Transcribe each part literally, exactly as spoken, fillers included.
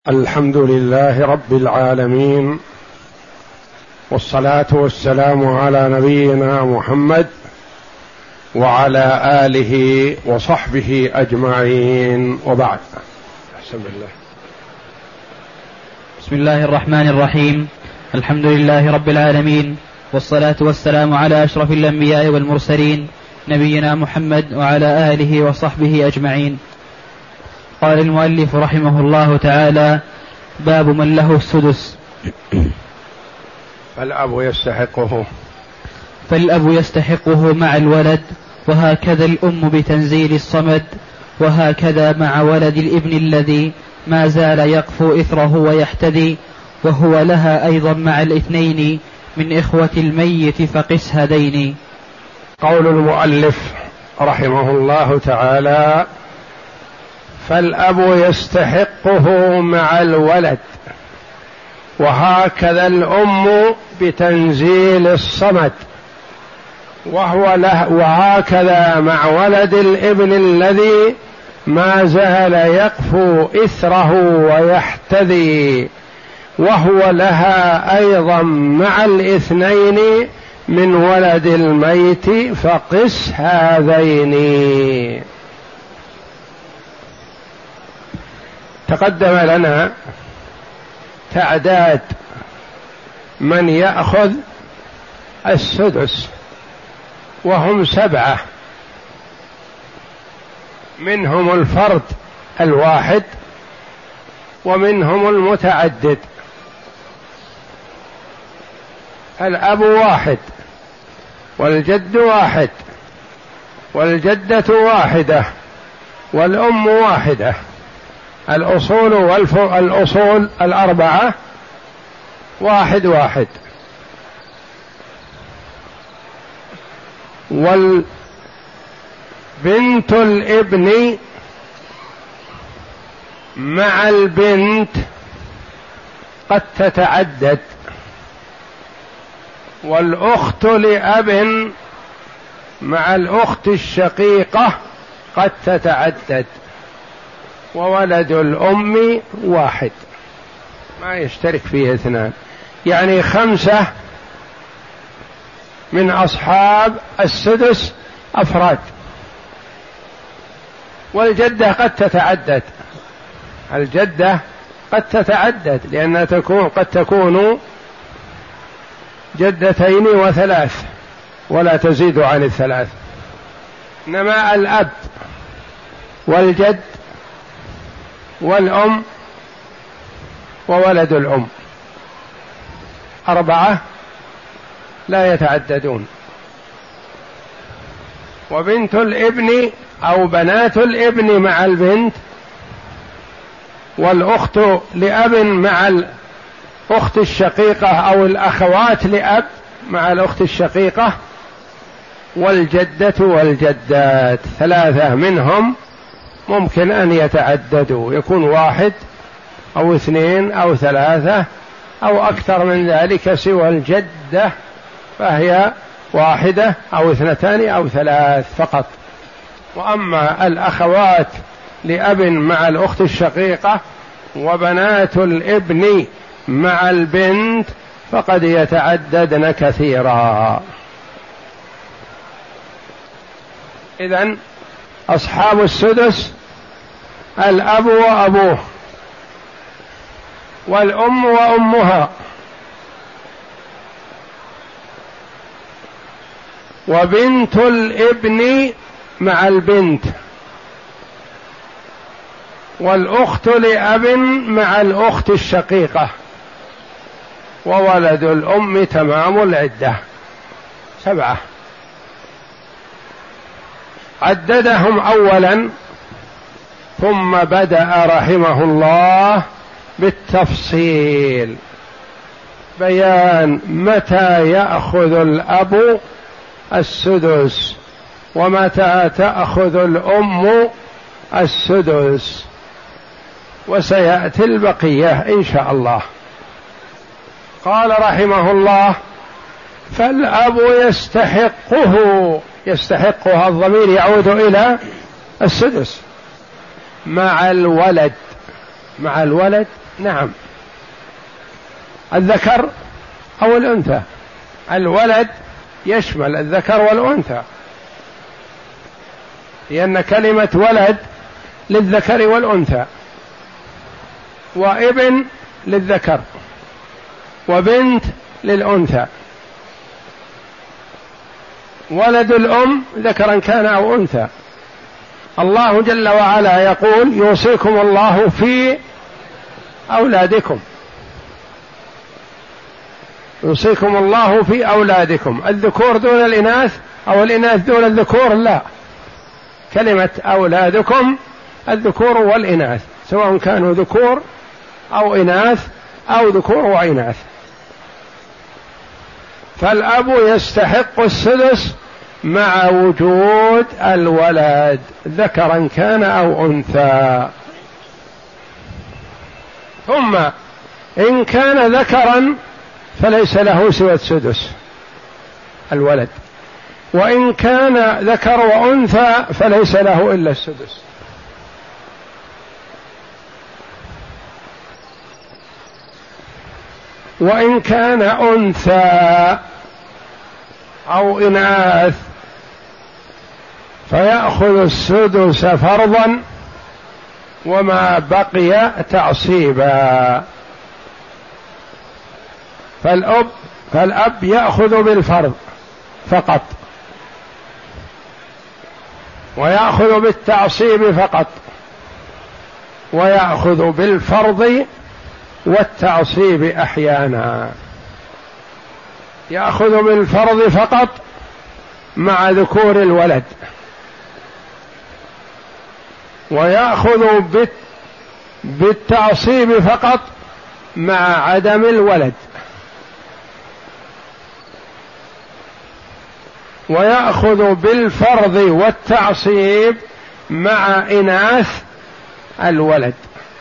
الحمد لله رب العالمين، والصلاة والسلام على نبينا محمد وعلى آله وصحبه أجمعين، وبعد. بسم الله بسم الله الرحمن الرحيم. الحمد لله رب العالمين، والصلاة والسلام على أشرف الأنبياء والمرسلين نبينا محمد وعلى آله وصحبه أجمعين. قال المؤلف رحمه الله تعالى: باب من له السدس. فالأب يستحقه فالأب يستحقه مع الولد، وهكذا الأم بتنزيل الصمد، وهكذا مع ولد الابن الذي ما زال يقفو إثره ويحتدي، وهو لها أيضا مع الاثنين من إخوة الميت فقس هذين. قول المؤلف رحمه الله تعالى: فالأب يستحقه مع الولد، وهكذا الأم بتنزيل الصمد، وهو له وهكذا مع ولد الابن الذي ما زال يقفو إثره ويحتذي، وهو لها أيضا مع الاثنين من ولد الميت فقس هذين. تقدم لنا تعداد من يأخذ السدس، وهم سبعة، منهم الفرد الواحد، ومنهم المتعدد. الأب واحد، والجد واحد، والجدة واحدة، والأم واحدة. الأصول والأصول الأربعة واحد واحد. والبنت الابن مع البنت قد تتعدد، والأخت لأب مع الأخت الشقيقة قد تتعدد، وولد الأم واحد ما يشترك فيه اثنان، يعني خمسة من أصحاب السدس أفراد. والجدة قد تتعدد، الجدة قد تتعدد لأنها تكون قد تكون جدتين وثلاث ولا تزيد عن الثلاث. إنما الأب والجد والأم وولد الأم أربعة لا يتعددون. وبنت الابن أو بنات الابن مع البنت، والأخت لأب مع الأخت الشقيقة أو الأخوات لأب مع الأخت الشقيقة، والجدة والجدات ثلاثة منهم ممكن أن يتعددوا، يكون واحد أو اثنين أو ثلاثة أو أكثر من ذلك، سوى الجدة فهي واحدة أو اثنتان أو ثلاث فقط. وأما الأخوات لأب مع الأخت الشقيقة وبنات الابن مع البنت فقد يتعددن كثيرا. إذن أصحاب السدس الأب وأبوه، والأم وأمها، وبنت الابن مع البنت، والأخت لأب مع الأخت الشقيقة، وولد الأم تمام العدة سبعة. عددهم أولا، ثم بدأ رحمه الله بالتفصيل، بيان متى يأخذ الأب السدس ومتى تأخذ الأم السدس، وسيأتي البقية إن شاء الله. قال رحمه الله: فالأب يستحقه. يستحقها الضمير يعود إلى السدس مع الولد. مع الولد نعم، الذكر أو الأنثى. الولد يشمل الذكر والأنثى، لأن كلمة ولد للذكر والأنثى، وابن للذكر وبنت للأنثى. ولد الأم ذكرا كان أو أنثى. الله جل وعلا يقول: يوصيكم الله في أولادكم، يوصيكم الله في أولادكم، الذكور دون الإناث أو الإناث دون الذكور، لا، كلمة أولادكم الذكور والإناث، سواء كانوا ذكور أو إناث أو ذكور وإناث. فالأب يستحق السدس مع وجود الولد ذكرا كان أو أنثى. ثم إن كان ذكرا فليس له سوى السدس الولد، وإن كان ذكر وأنثى فليس له إلا السدس. وإن كان أنثى أو إناث فيأخذ السدس فرضا وما بقي تعصيبا. فالأب فالأب يأخذ بالفرض فقط، ويأخذ بالتعصيب فقط، ويأخذ بالفرض والتعصيب أحيانا. يأخذ بالفرض فقط مع ذكور الولد، ويأخذ بالتعصيب فقط مع عدم الولد، ويأخذ بالفرض والتعصيب مع إناث الولد.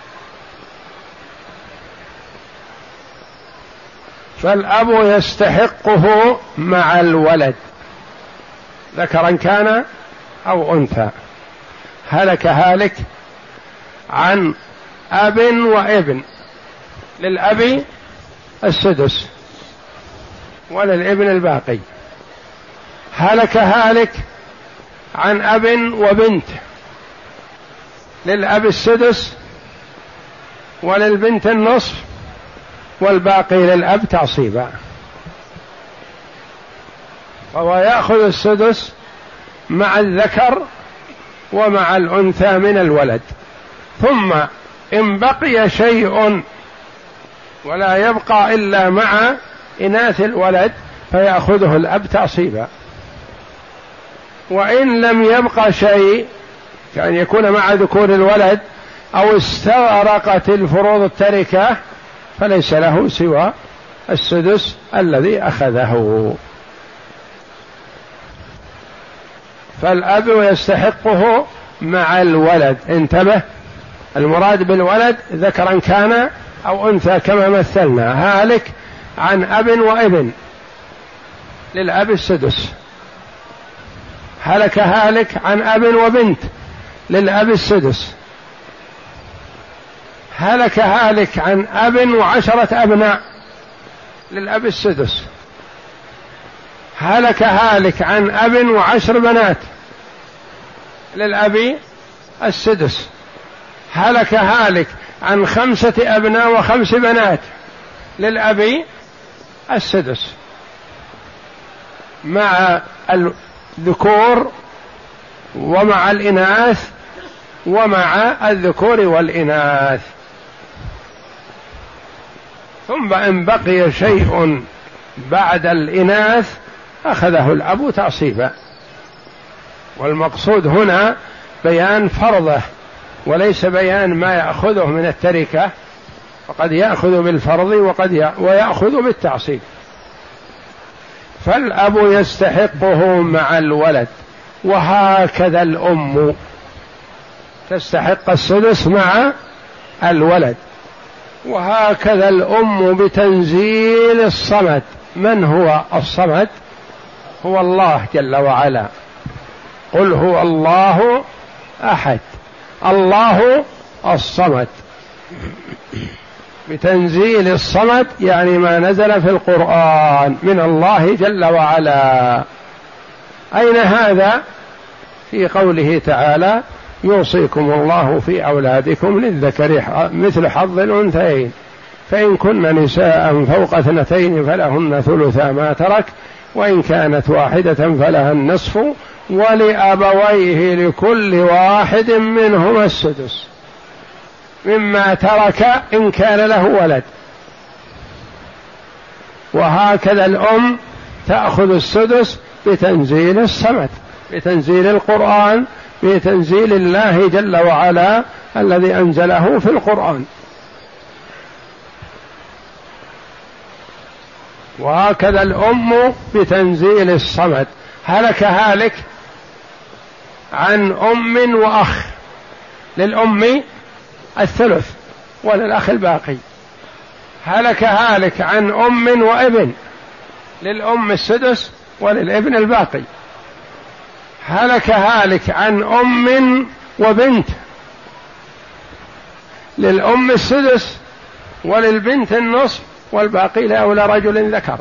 فالأب يستحقه مع الولد ذكرا كان أو أنثى. هلك هالك عن أب وابن، للأب السدس وللابن الباقي. هلك هالك عن أب وبنت، للأب السدس وللبنت النصف والباقي للأب تعصيبا. فهو يأخذ السدس مع الذكر ومع الأنثى من الولد. ثم إن بقي شيء ولا يبقى إلا مع إناث الولد فيأخذه الأب تعصيبا. وإن لم يبقى شيء، كأن يكون مع ذكور الولد أو استغرقت الفروض التركة، فليس له سوى السدس الذي أخذه. فالأب يستحقه مع الولد. انتبه، المراد بالولد ذكرا كان أو أنثى كما مثلنا. هالك عن أب وابن، للأب السدس. هلك هالك عن أب وبنت، للأب السدس. هلك هالك عن أب وعشرة أبناء، للأب السدس. هلك هالك عن أب وعشر بنات، للأب السدس. هلك هالك عن خمسة أبناء وخمس بنات، للأب السدس مع الذكور ومع الإناث ومع الذكور والإناث. ثم إن بقي شيء بعد الإناث أخذه الأب تعصيبا. والمقصود هنا بيان فرضه وليس بيان ما يأخذه من التركة، وقد يأخذ بالفرض وقد ويأخذ بالتعصيب. فالأب يستحقه مع الولد، وهكذا الأم تستحق السدس مع الولد، وهكذا الأم بتنزيل الصمد. من هو الصمد؟ هو الله جل وعلا. قل هو الله أحد، الله الصمد. بتنزيل الصمد يعني ما نزل في القرآن من الله جل وعلا. أين هذا؟ في قوله تعالى: يوصيكم الله في أولادكم للذكر مثل حظ الأنثيين فإن كن نساء فوق اثنتين فلهن ثلثا ما ترك وإن كانت واحدة فلها النصف ولأبويه لكل واحد منهما السدس مما ترك إن كان له ولد. وهكذا الأم تأخذ السدس بتنزيل الصمد، بتنزيل القرآن، بتنزيل الله جل وعلا الذي أنزله في القرآن. وهكذا الأم بتنزيل الصمد. هلك هالك عن أم وأخ، للأم الثلث وللأخ الباقي. هلك هالك عن أم وابن، للأم السدس وللابن الباقي. هلك هالك عن أم وبنت، للأم السدس وللبنت النصف والباقي لأولى رجل ذكر.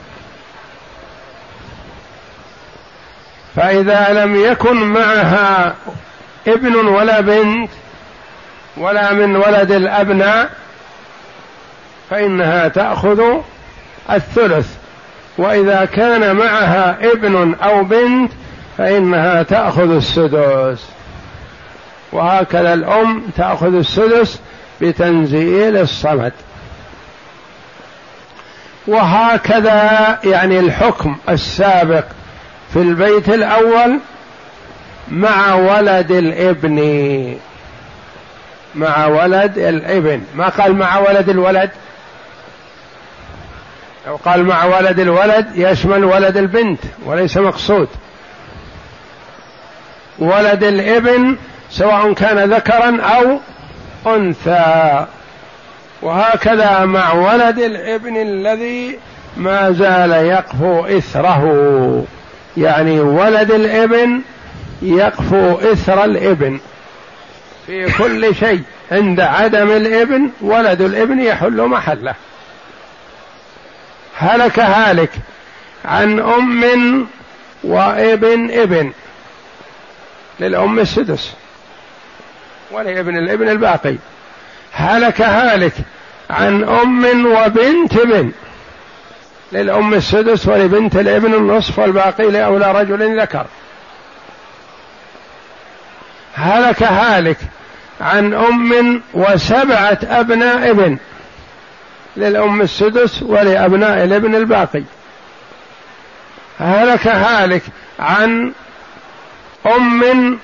فإذا لم يكن معها ابن ولا بنت ولا من ولد الأبناء فإنها تأخذ الثلث، وإذا كان معها ابن أو بنت فإنها تأخذ السدس. وهكذا الأم تأخذ السدس بتنزيل الصمد. وهكذا يعني الحكم السابق في البيت الأول مع ولد الابن، مع ولد الابن، ما قال مع ولد الولد. لو قال مع ولد الولد يشمل ولد البنت وليس مقصود. ولد الابن سواء كان ذكرا أو أنثى. وهكذا مع ولد الابن الذي ما زال يقفو إثره، يعني ولد الابن يقفو إثر الابن في كل شيء. عند عدم الابن ولد الابن يحل محله. هلك هالك عن أم وابن ابن، للأم السدس ولابن الابن الباقي. هلك هالك عن أم وبنت ابن، للأم السدس ولبنت الابن النصف والباقي لأولى رجل ذكر. هلك هالك عن أم وسبعة أبناء ابن، للأم السدس ولأبناء الابن الباقي. هلك هالك عن أم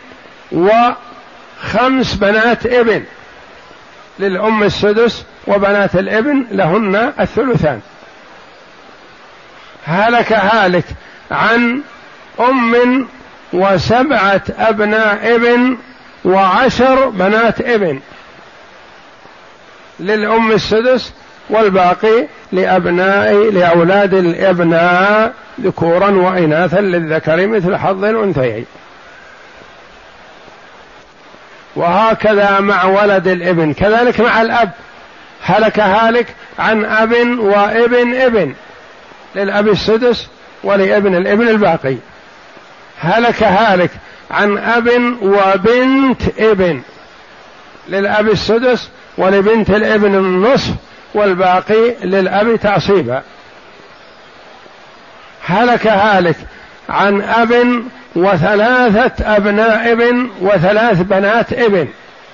وخمس بنات ابن، للأم السدس وبنات الابن لهن الثلثان. هلك هالك عن أم وسبعة أبناء ابن وعشر بنات ابن، للأم السدس والباقي لأبناء لأولاد الابناء ذكورا وإناثا للذكر مثل حظ الأنثيين. وهكذا مع ولد الابن، كذلك مع الأب. هلك هالك عن أب وابن ابن، للأب السدس ولابن الابن الباقي. هلك هالك عن أب وبنت ابن، للأب السدس ولبنت الابن النصف والباقي للأب تعصيبا. هلك هالك عن أب وثلاثة أبناء ابن وثلاث بنات ابن،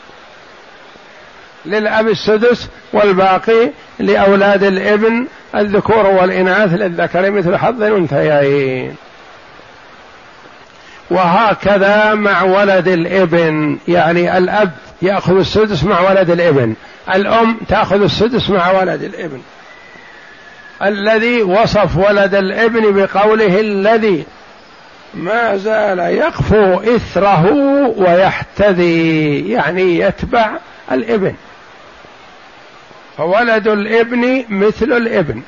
للأب السدس والباقي لأولاد الابن الذكور والإناث للذكر مثل حظ الأنثيين. وهكذا مع ولد الابن، يعني الأب يأخذ السدس مع ولد الابن، الأم تأخذ السدس مع ولد الابن. الذي وصف ولد الابن بقوله الذي ما زال يقفو إثره ويحتذي، يعني يتبع الابن. فولد الابن مثل الابن،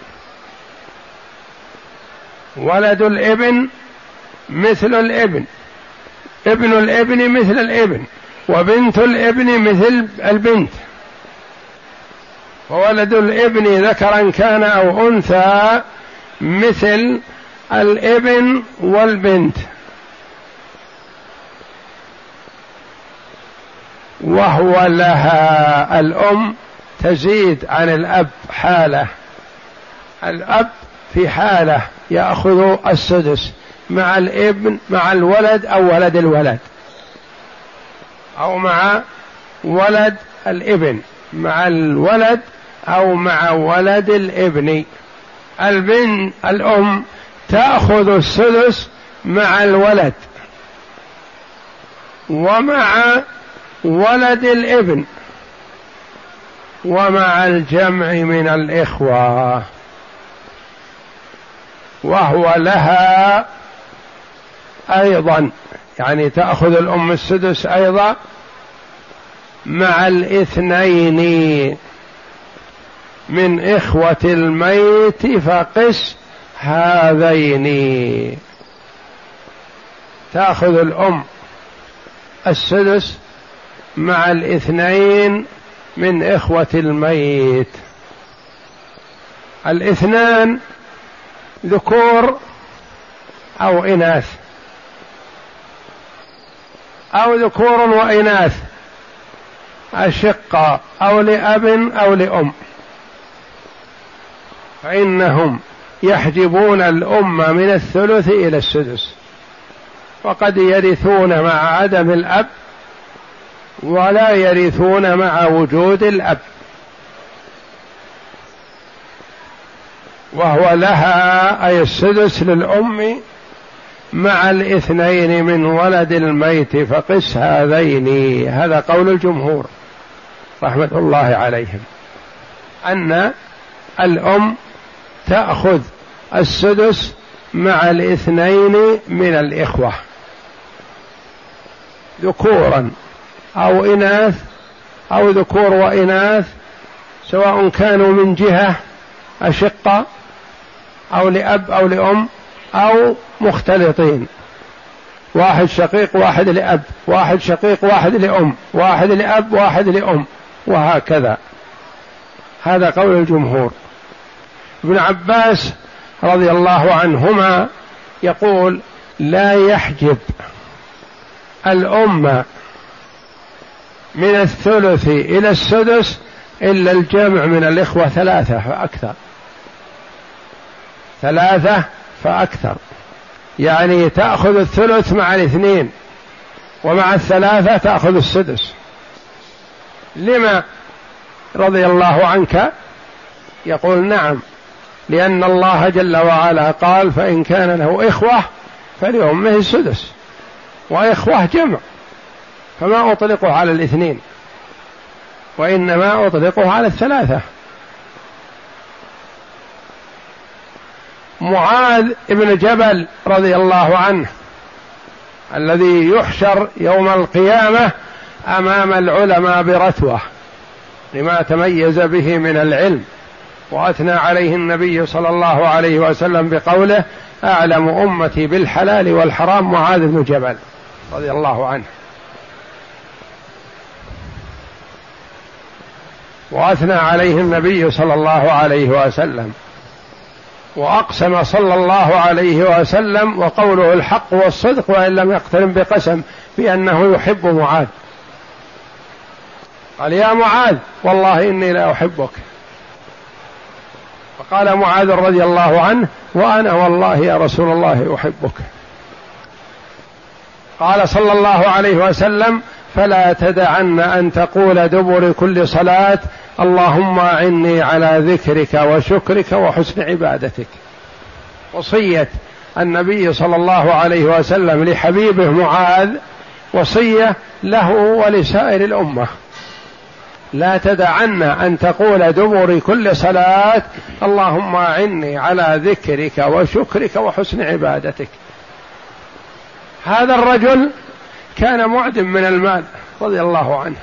ولد الابن مثل الابن، ابن الابن مثل الابن، وبنت الابن مثل البنت. وولد الابن ذكرا كان أو أنثى مثل الابن والبنت، وهو لها. الأم تزيد عن الأب حالة، الأب في حالة يأخذ السدس مع الابن مع الولد أو ولد الولد، أو مع ولد الابن مع الولد أو مع ولد الابن. البنت الأم تأخذ السدس مع الولد ومع ولد الابن ومع الجمع من الإخوة، وهو لها أيضا، يعني تأخذ الأم السدس أيضا مع الاثنين من إخوة الميت فقس هذين. تأخذ الأم السدس مع الاثنين من إخوة الميت. الاثنان ذكور أو إناث، أو ذكور وإناث أشقة أو لأب أو لأم، فإنهم يحجبون الأم من الثلث إلى السدس، وقد يرثون مع عدم الأب ولا يرثون مع وجود الأب، وهو لها أي السدس للأم مع الاثنين من ولد الميت فقس هذين. هذا قول الجمهور رحمة الله عليهم، أن الأم تأخذ السدس مع الاثنين من الإخوة ذكورا أو إناث، أو ذكور وإناث، سواء كانوا من جهة أشقة أو لأب أو لأم أو مختلطين، واحد شقيق واحد لأب، واحد شقيق واحد لأم، واحد لأب واحد لأم، وهكذا. هذا قول الجمهور. ابن عباس رضي الله عنهما يقول: لا يحجب الأم من الثلث إلى السدس إلا الجمع من الإخوة ثلاثة فأكثر، ثلاثة فأكثر، يعني تأخذ الثلث مع الاثنين، ومع الثلاثة تأخذ السدس. لما رضي الله عنك؟ يقول: نعم، لأن الله جل وعلا قال: فإن كان له إخوة فلأمه السدس، وإخوة جمع، فما أطلقه على الاثنين وإنما أطلقه على الثلاثة. معاذ بن جبل رضي الله عنه الذي يحشر يوم القيامة أمام العلماء برتوة لما تميز به من العلم، وأثنى عليه النبي صلى الله عليه وسلم بقوله: أعلم أمتي بالحلال والحرام معاذ بن جبل رضي الله عنه. وأثنى عليه النبي صلى الله عليه وسلم، وأقسم صلى الله عليه وسلم وقوله الحق والصدق وإن لم يقترن بقسم بأنه يحب معاذ. قال: يا معاذ والله إني لا أحبك. فقال معاذ رضي الله عنه: وأنا والله يا رسول الله أحبك. قال صلى الله عليه وسلم: فلا تدعن أن تقول دبر كل صلاة اللهم أعني على ذكرك وشكرك وحسن عبادتك. وصية النبي صلى الله عليه وسلم لحبيبه معاذ وصية له ولسائر الأمة: لا تدعن أن تقول دبر كل صلاة اللهم أعني على ذكرك وشكرك وحسن عبادتك. هذا الرجل كان معدم من المال رضي الله عنه،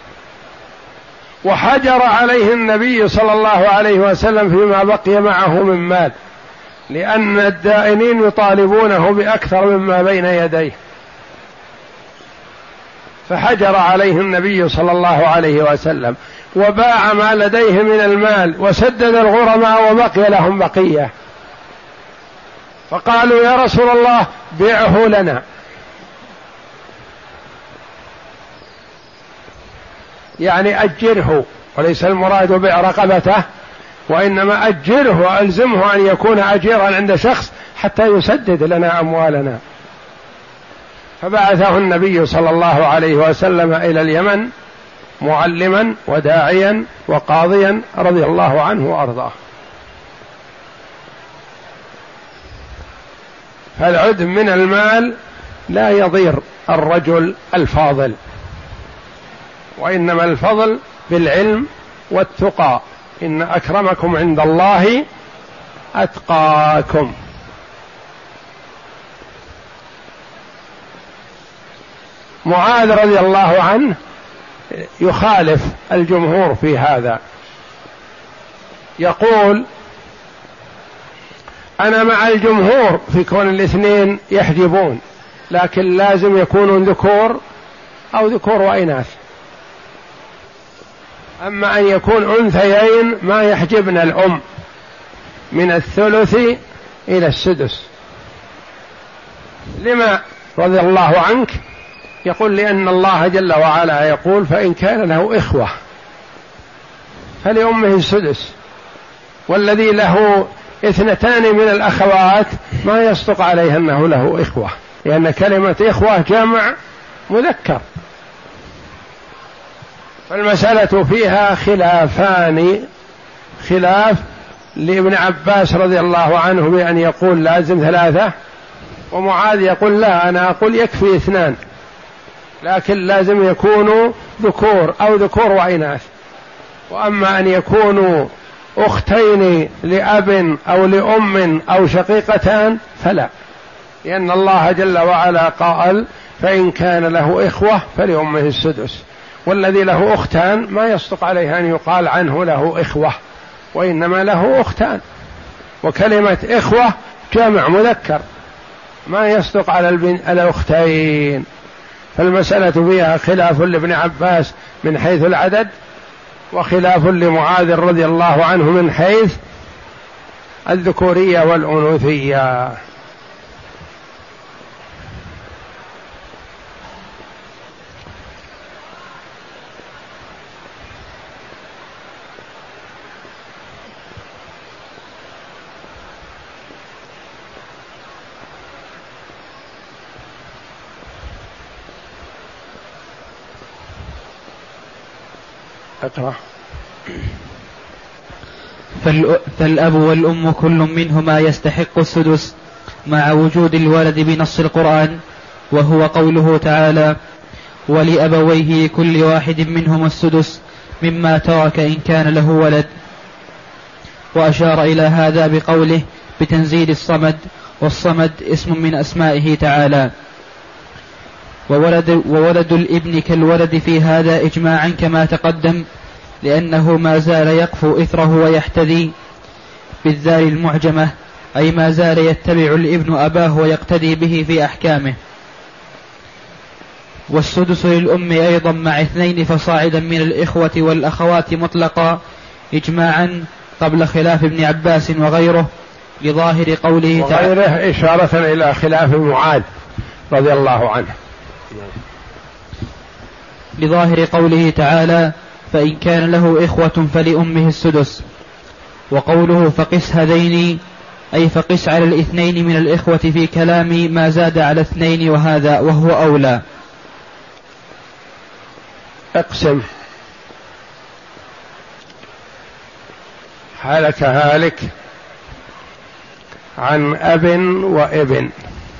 وحجر عليه النبي صلى الله عليه وسلم فيما بقي معه من مال، لأن الدائنين يطالبونه بأكثر مما بين يديه، فحجر عليه النبي صلى الله عليه وسلم وباع ما لديه من المال وسدد الغرماء وبقي لهم بقية، فقالوا يا رسول الله بيعه لنا، يعني أجره، وليس المراد بيع رقبته، وإنما أجره وألزمه أن يكون أجيرا عند شخص حتى يسدد لنا أموالنا. فبعثه النبي صلى الله عليه وسلم إلى اليمن معلما وداعيا وقاضيا رضي الله عنه وأرضاه. فالعد من المال لا يضير الرجل الفاضل، وإنما الفضل بالعلم والتقى، إن أكرمكم عند الله أتقاكم. معاذ رضي الله عنه يخالف الجمهور في هذا، يقول أنا مع الجمهور في كون الاثنين يحجبون، لكن لازم يكونوا ذكور أو ذكور وإناث. أما أن يكون أنثيين ما يحجبن الأم من الثلث إلى السدس. لما رضي الله عنك؟ يقول لأن الله جل وعلا يقول فإن كان له إخوة فلأمه السدس، والذي له اثنتان من الأخوات ما يصدق عليه أنه له إخوة، لأن كلمة إخوة جمع مذكر. فالمسألة فيها خلافان، خلاف لابن عباس رضي الله عنه بأن يقول لازم ثلاثة، ومعاذ يقول لا أنا أقول يكفي اثنان، لكن لازم يكونوا ذكور أو ذكور وإناث. وأما أن يكونوا أختين لأب أو لأم أو شقيقتان فلا، لأن الله جل وعلا قال فإن كان له إخوة فلأمه السدس، والذي له أختان ما يصدق عليه أن يقال عنه له إخوة، وإنما له أختان، وكلمة إخوة جمع مذكر ما يصدق على الأختين. فالمسألة فيها خلاف لابن عباس من حيث العدد، وخلاف لمعاذ رضي الله عنه من حيث الذكورية والأنوثية. أقرأ. فالأب والأم كل منهما يستحق السدس مع وجود الولد بنص القرآن، وهو قوله تعالى ولأبويه كل واحد منهما السدس مما ترك إن كان له ولد. وأشار إلى هذا بقوله بتنزيل الصمد، والصمد اسم من أسمائه تعالى. وولد, وولد الابن كالولد في هذا إجماعا كما تقدم، لأنه ما زال يقفو إثره ويحتذي بالذال المعجمة، أي ما زال يتبع الابن أباه ويقتدي به في أحكامه. والسدس للأم أيضا مع اثنين فصاعدا من الإخوة والأخوات مطلقا إجماعا قبل خلاف ابن عباس وغيره، لظاهر قوله تعالى وغيره إشارة إلى خلاف معاذ رضي الله عنه، لظاهر قوله تعالى فإن كان له إخوة فلأمه السدس. وقوله فقس هذين أي فقس على الاثنين من الإخوة في كلام ما زاد على اثنين، وهذا وهو أولى. اقسم هلك هالك عن أب وابن.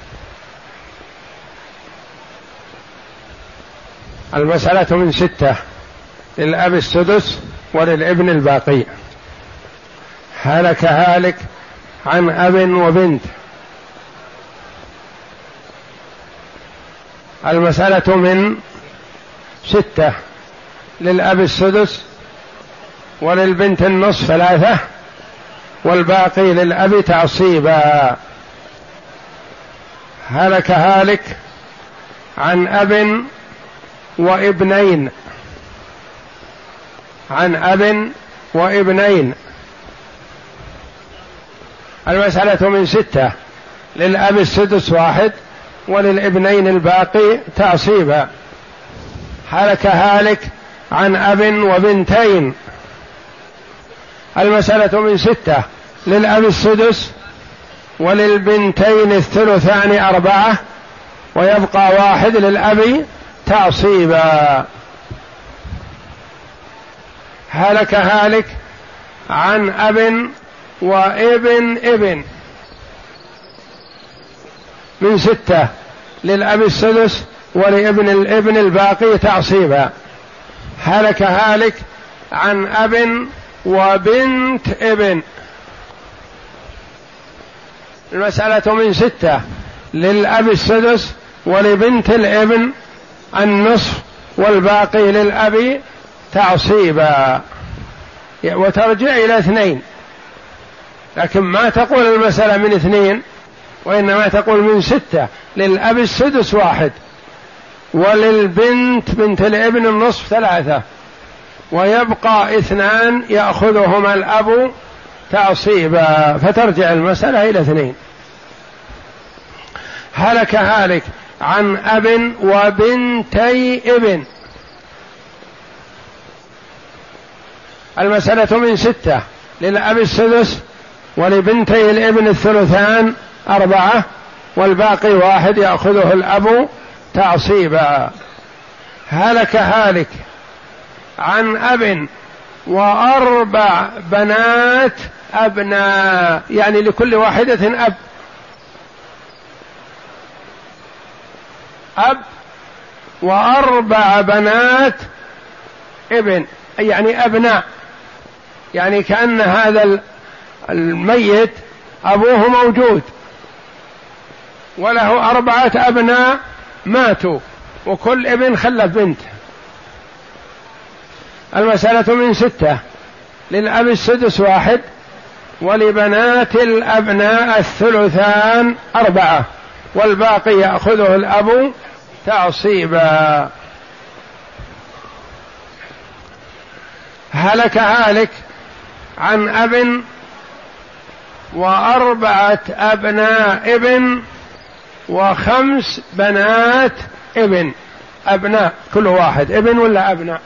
المسألة من ستة، للأب السدس وللابن الباقي. هلك هالك عن أب وبنت. المسألة من ستة، للأب السدس وللبنت النصف ثلاثة، والباقي للأب تعصيبا. هلك هالك عن أب وابنين. عن أب وابنين. المسألة من ستة، للأب السدس واحد وللابنين الباقي تعصيبا. هلك هالك عن أب وبنتين. المسألة من ستة، للأب السدس وللبنتين الثلثان أربعة ويبقى واحد للأب تعصيبا. هلك هالك عن أب وابن ابن. من ستة، للأب السدس ولابن الابن الباقي تعصيبا. هلك هالك عن أب وبنت ابن. المسألة من ستة، للأب السدس ولبنت الابن النصف والباقي للأب تعصيبا. وترجع إلى اثنين، لكن ما تقول المسألة من اثنين، وإنما تقول من ستة، للأب السدس واحد وللبنت بنت الابن النصف ثلاثة ويبقى اثنان يأخذهما الأب تعصيبا، فترجع المسألة إلى اثنين. هلك هالك عن أب وبنتي ابن. المسألة من ستة، للأب السدس ولبنتي الابن الثلثان أربعة والباقي واحد يأخذه الأب تعصيبا. هلك هالك عن أب وأربع بنات أبناء، يعني لكل واحدة أب أب وأربع بنات ابن، يعني أبناء، يعني كأن هذا الميت أبوه موجود وله أربعة أبناء ماتوا وكل ابن خلف بنت. المسألة من ستة، للأب السدس واحد ولبنات الأبناء الثلثان أربعة والباقي يأخذه الأب تعصيبا. هلك هالك عن أب وأربعة أبناء ابن وخمس بنات ابن. أبناء كل واحد ابن ولا أبناء؟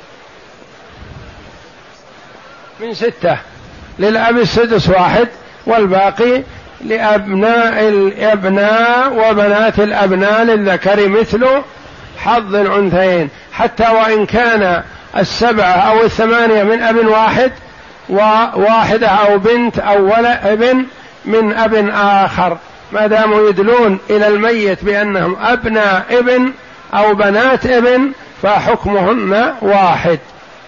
من ستة، للأب السدس واحد والباقي لأبناء الأبناء وبنات الأبناء للذكر مثل حظ الأنثيين، حتى وإن كان السبعة أو الثمانية من أب واحد وواحدة أو بنت أو ولد ابن من أب آخر، ما داموا يدلون إلى الميت بأنهم أبناء ابن أو بنات ابن فحكمهن واحد،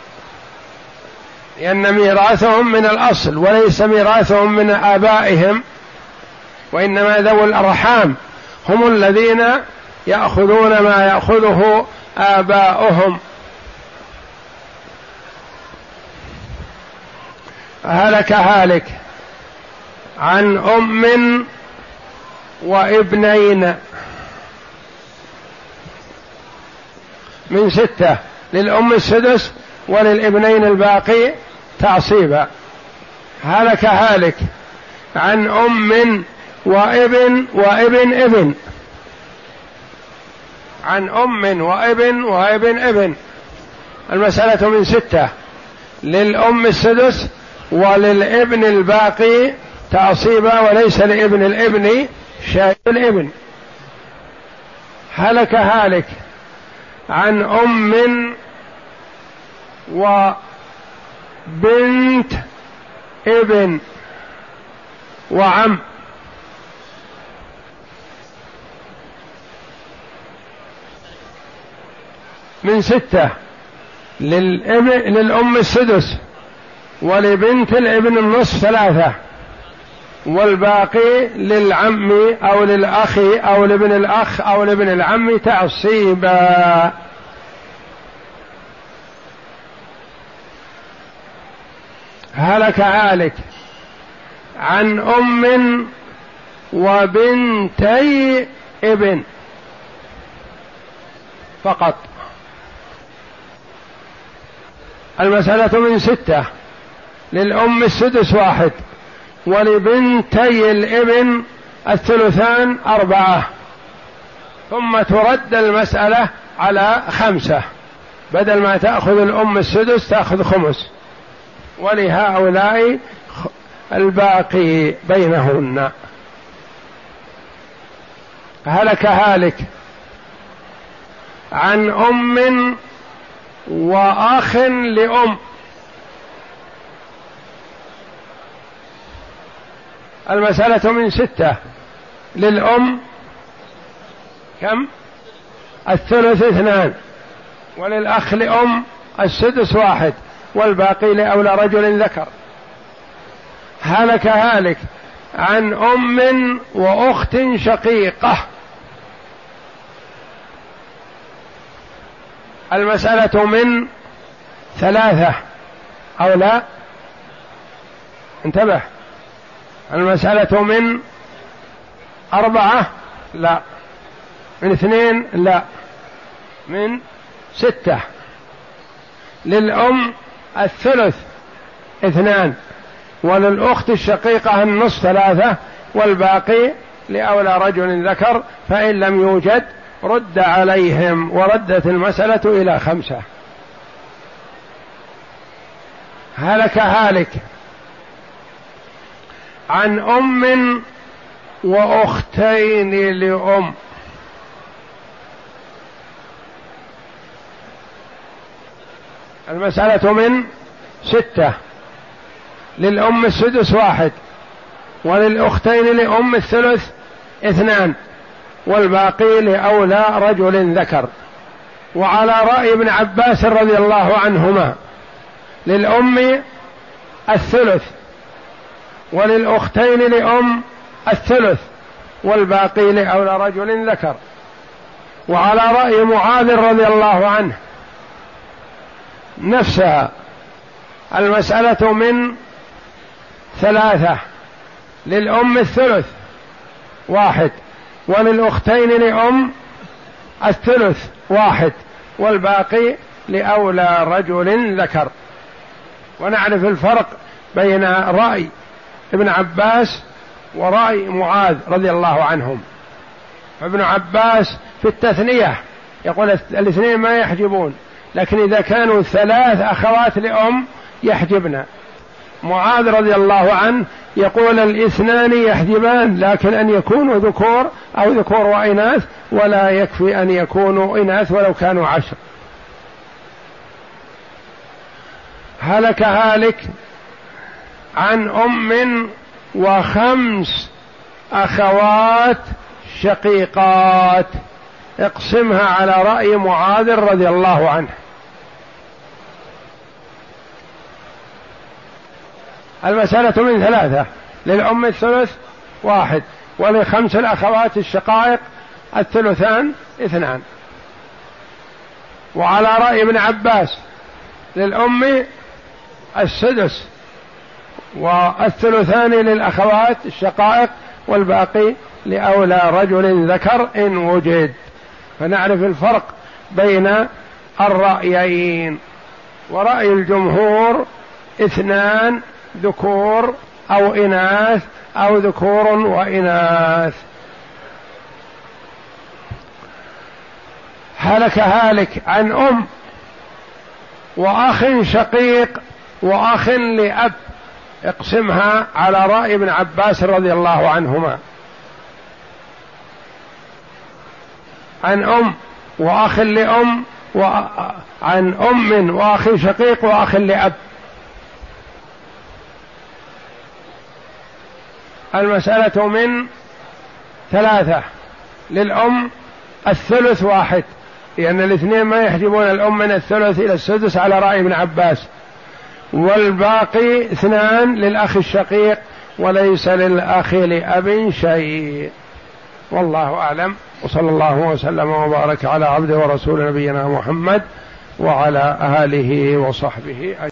لأن ميراثهم من الأصل وليس ميراثهم من آبائهم، وإنما ذوي الأرحام هم الذين يأخذون ما يأخذه آباؤهم. هلك هالك عن أم وابنين. من ستة، للأم السدس وللابنين الباقي تعصيبا. هلك هالك عن أم وابن وابن ابن. عن أم وابن وابن ابن. المسألة من ستة، للأم السدس وللابن الباقي تعصيبا وليس لابن الابن شيء الابن. هلك هالك عن أم وبنت ابن وعم. من ستة، للأم السدس ولبنت الابن النصف ثلاثة والباقي للعم أو للأخ أو لابن الأخ أو لابن العم تعصيبا. هلك هالك عن أم وبنتي ابن فقط. المسألة من ستة، للأم السدس واحد، ولبنتي الابن الثلثان أربعة، ثم ترد المسألة على خمسة، بدل ما تأخذ الأم السدس تأخذ خمس، ولهؤلاء الباقي بينهن. هلك هالك عن أم وأخ لأم. المسألة من ستة، للأم كم؟ الثلث اثنان، وللأخ لأم السدس واحد، والباقي لأولى رجل ذكر. هلك هالك عن أم وأخت شقيقة. المسألة من ثلاثة أو لا؟ انتبه، المسألة من أربعة لا، من اثنين لا، من ستة. للأم الثلث اثنان، وللأخت الشقيقة النصف ثلاثة، والباقي لأولى رجل ذكر، فإن لم يوجد رد عليهم، وردت المسألة إلى خمسة. هلك هالك عن أم وأختين لأم. المسألة من ستة، للأم السدس واحد، وللأختين لأم الثلث اثنان، والباقي لأولى رجل ذكر. وعلى رأي ابن عباس رضي الله عنهما للأم الثلث، وللأختين لأم الثلث، والباقي لأولى رجل ذكر. وعلى رأي معاذ رضي الله عنه نفسها. المسألة من ثلاثة، للأم الثلث واحد، وللأختين لأم الثلث واحد، والباقي لأولى رجل ذكر. ونعرف الفرق بين رأي ابن عباس ورأي معاذ رضي الله عنهم. ابن عباس في التثنية يقول الاثنين ما يحجبون، لكن إذا كانوا ثلاث أخوات لأم يحجبن. معاذ رضي الله عنه يقول الاثنان يحجبان، لكن أن يكونوا ذكور أو ذكور وإناث، ولا يكفي أن يكونوا إناث ولو كانوا عشر. هلك هالك عن أم وخمس أخوات شقيقات، اقسمها على رأي معاذ رضي الله عنه. المسألة من ثلاثة، للأم الثلث واحد، ولخمس الأخوات الشقائق الثلثان اثنان. وعلى رأي ابن عباس للأم السدس، والثلثان للأخوات الشقائق، والباقي لأولى رجل ذكر إن وجد. فنعرف الفرق بين الرأيين. ورأي الجمهور اثنان ذكور أو إناث، أو ذكور وإناث. هلك هالك عن أم وأخ شقيق وأخ لأب، اقسمها على رأي ابن عباس رضي الله عنهما. عن أم وأخ لأم، وعن أم وأخ شقيق وأخ لأب. المسألة من ثلاثة، للأم الثلث واحد، لأن الاثنين ما يحجبون الأم من الثلث إلى السدس على رأي ابن عباس، والباقي اثنان للأخ الشقيق، وليس للأخ لأب شيء. والله أعلم، وصلى الله وسلم وبارك على عبده ورسول نبينا محمد وعلى آله وصحبه أجمعين.